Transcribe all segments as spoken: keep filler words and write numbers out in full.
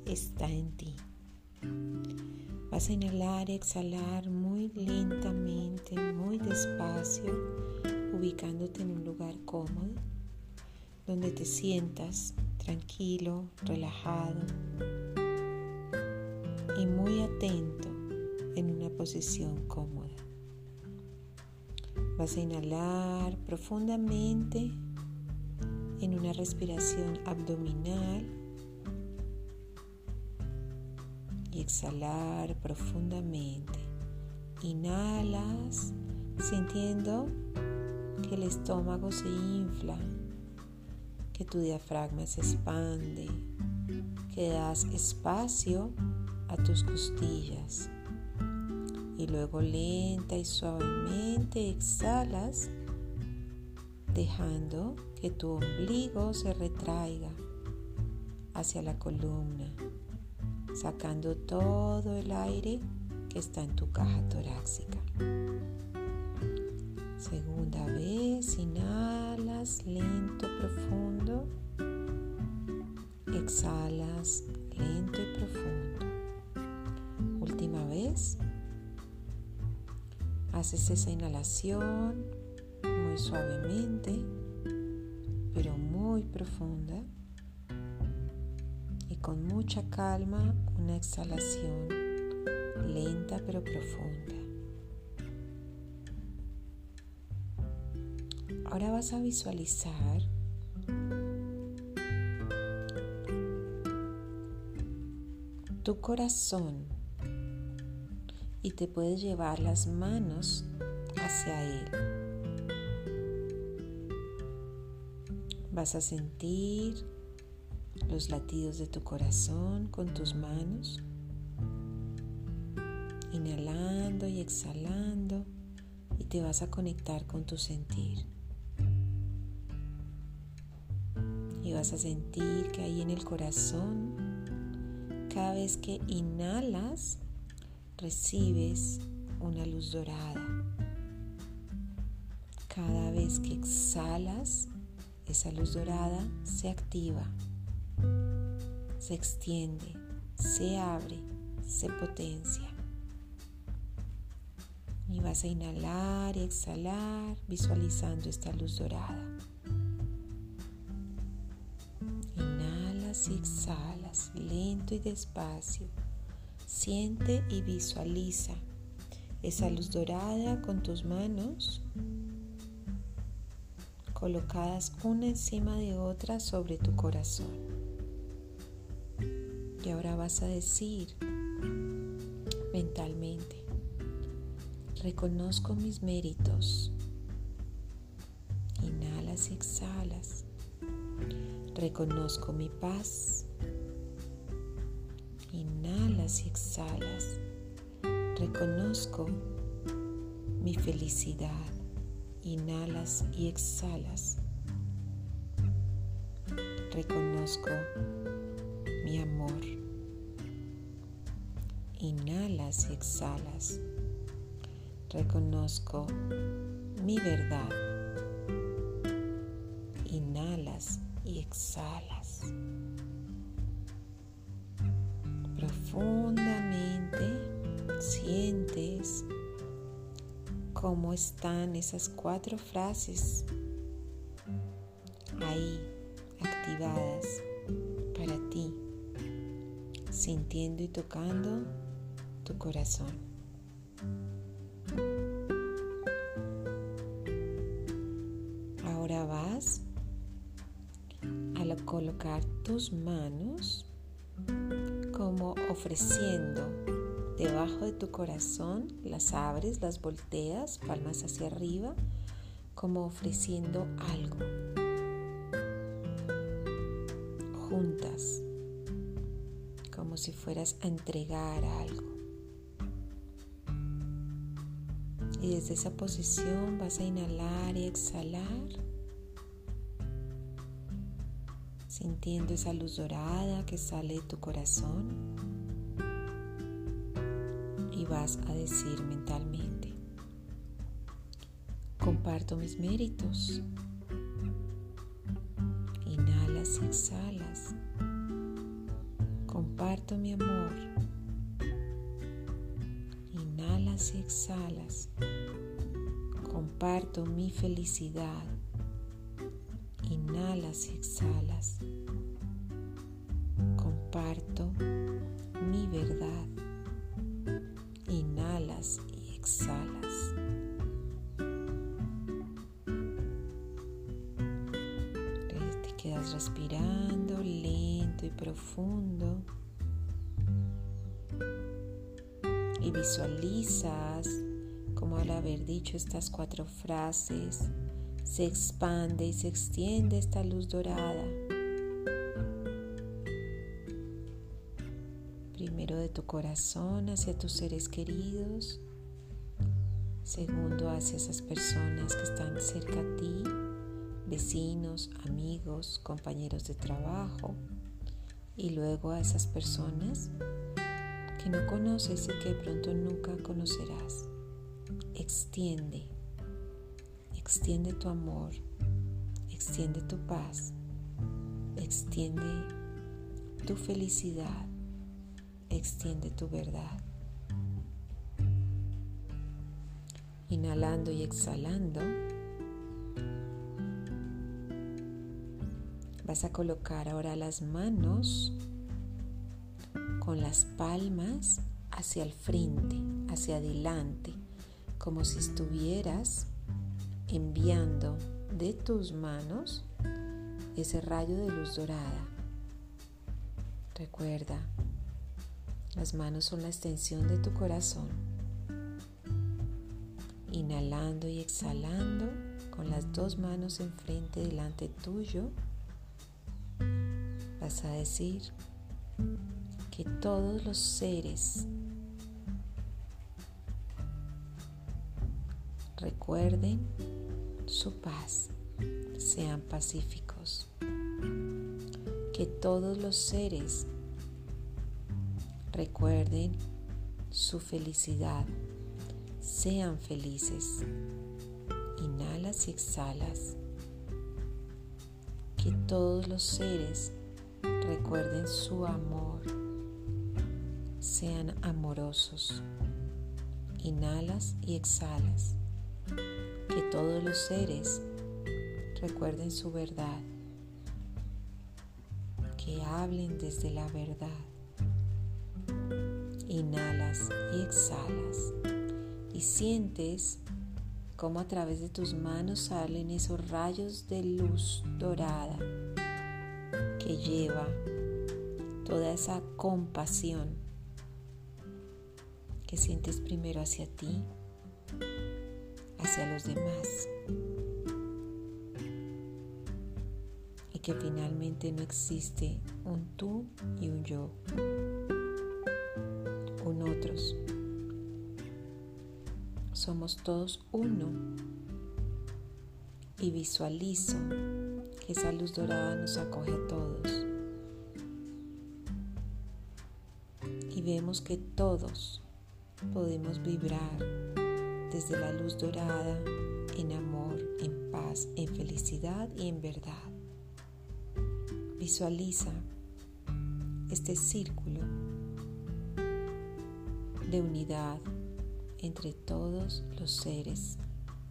está en ti. Vas a inhalar y exhalar muy lentamente, muy despacio, ubicándote en un lugar cómodo, donde te sientas tranquilo, relajado y muy atento en una posición cómoda. Vas a inhalar profundamente en una respiración abdominal y exhalar profundamente. Inhalas sintiendo que el estómago se infla, que tu diafragma se expande, que das espacio a tus costillas. Y luego lenta y suavemente exhalas, dejando que tu ombligo se retraiga hacia la columna, sacando todo el aire que está en tu caja torácica. Segunda vez, inhalas lento, profundo, exhalas lento y profundo. Última vez. Haces esa inhalación muy suavemente, pero muy profunda, y con mucha calma una exhalación lenta pero profunda. Ahora vas a visualizar tu corazón y te puedes llevar las manos hacia él. Vas a sentir los latidos de tu corazón con tus manos, inhalando y exhalando, y te vas a conectar con tu sentir. Y vas a sentir que ahí en el corazón, cada vez que inhalas, recibes una luz dorada. Cada vez que exhalas, esa luz dorada se activa, se extiende, se abre, se potencia. Y vas a inhalar y exhalar visualizando esta luz dorada. Inhalas y exhalas lento y despacio. Siente y visualiza esa luz dorada con tus manos colocadas una encima de otra sobre tu corazón. Y ahora vas a decir mentalmente: reconozco mis méritos. Inhalas y exhalas. Reconozco mi paz. Inhalas y exhalas. Reconozco mi felicidad. Inhalas y exhalas. Reconozco mi amor. Inhalas y exhalas. Reconozco mi verdad. Inhalas y exhalas. Profundamente sientes cómo están esas cuatro frases ahí activadas para ti, sintiendo y tocando tu corazón. Ahora vas a colocar tus manos como ofreciendo debajo de tu corazón, las abres, las volteas, palmas hacia arriba, como ofreciendo algo. Juntas, como si fueras a entregar algo. Y desde esa posición vas a inhalar y exhalar, sintiendo esa luz dorada que sale de tu corazón. Y vas a decir mentalmente: comparto mis méritos. Inhalas y exhalas. Comparto comparto mi amor. Inhalas y exhalas. Comparto mi felicidad. Inhalas y exhalas. Comparto mi verdad. Inhalas y exhalas. Te quedas respirando lento y profundo y visualizas como al haber dicho estas cuatro frases se expande y se extiende esta luz dorada. Primero de tu corazón hacia tus seres queridos, segundo hacia esas personas que están cerca a ti, vecinos, amigos, compañeros de trabajo, y luego a esas personas que no conoces y que de pronto nunca conocerás. Extiende, extiende tu amor, extiende tu paz, extiende tu felicidad, extiende tu verdad. Inhalando y exhalando, vas a colocar ahora las manos con las palmas hacia el frente, hacia adelante, como si estuvieras enviando de tus manos ese rayo de luz dorada. Recuerda, las manos son la extensión de tu corazón. Inhalando y exhalando con las dos manos enfrente delante tuyo, vas a decir que todos los seres recuerden su paz, sean pacíficos. Que todos los seres recuerden su felicidad, sean felices. Inhalas y exhalas. Que todos los seres recuerden su amor, sean amorosos. Inhalas y exhalas. Que todos los seres recuerden su verdad, que hablen desde la verdad. Inhalas y exhalas y sientes cómo a través de tus manos salen esos rayos de luz dorada que lleva toda esa compasión que sientes primero hacia ti, hacia los demás, y que finalmente no existe un tú y un yo, un otros. Somos todos uno, y visualizo que esa luz dorada nos acoge a todos y vemos que todos podemos vibrar desde la luz dorada, en amor, en paz, en felicidad y en verdad. Visualiza este círculo de unidad entre todos los seres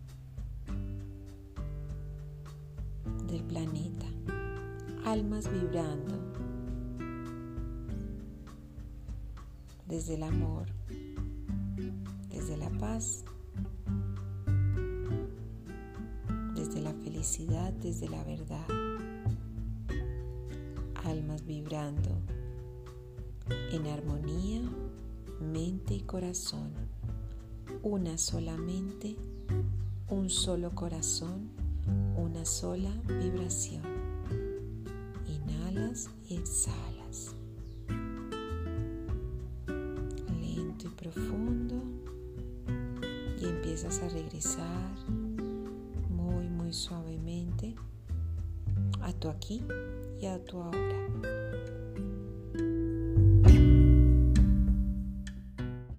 del planeta, almas vibrando desde el amor, desde la paz, desde la felicidad, desde la verdad. Almas vibrando en armonía, mente y corazón. Una sola mente, un solo corazón, una sola vibración. Inhalas y exhalas. Lento y profundo. Y empiezas a regresar muy, muy suavemente a tu aquí y a tu ahora.